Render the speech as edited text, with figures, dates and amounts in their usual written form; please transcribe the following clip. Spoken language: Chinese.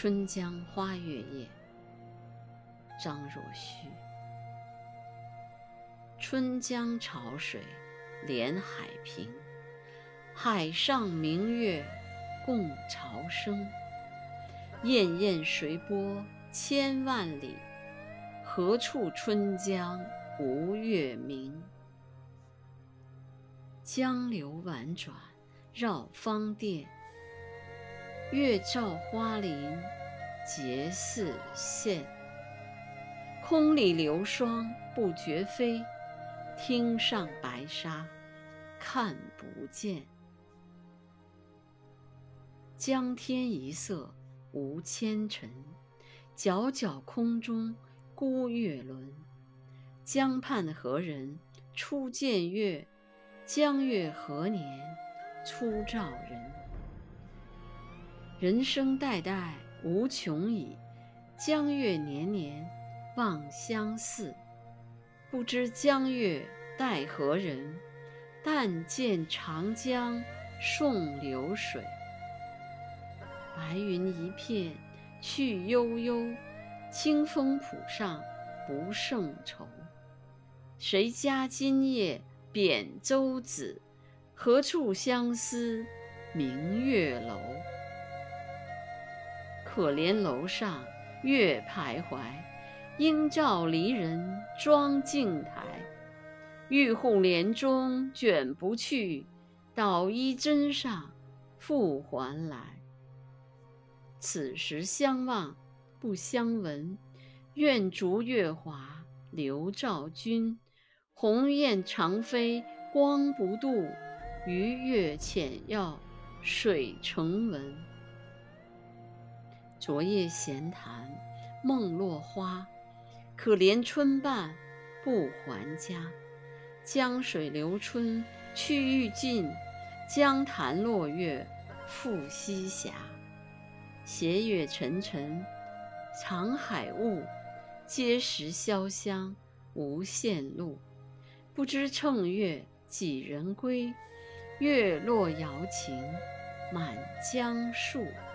春江花月夜，张若虚。春江潮水连海平，海上明月共潮生。滟滟随波千万里，何处春江无月明？江流婉转绕芳甸，月照花林结似线。空里流霜不觉飞，汀上白沙看不见。江天一色无纤尘，皎皎空中孤月轮。江畔何人初见月？江月何年初照人？人生代代无穷已，江月年年望相似。不知江月待何人？但见长江送流水。白云一片去悠悠，清风浦上不胜愁。谁家今夜扁舟子？何处相思明月楼？可怜楼上月徘徊，应照离人妆镜台。玉户帘中卷不去，捣衣砧上复还来。此时相望不相闻，愿逐月华流照君。鸿雁长飞光不度，鱼跃浅要水成文。昨夜闲谈梦落花，可怜春半不还家。江水流春去欲尽，江潭落月复西斜。斜月沉沉藏海雾，碣石潇湘无限路。不知乘月几人归？月落瑶琴满江树。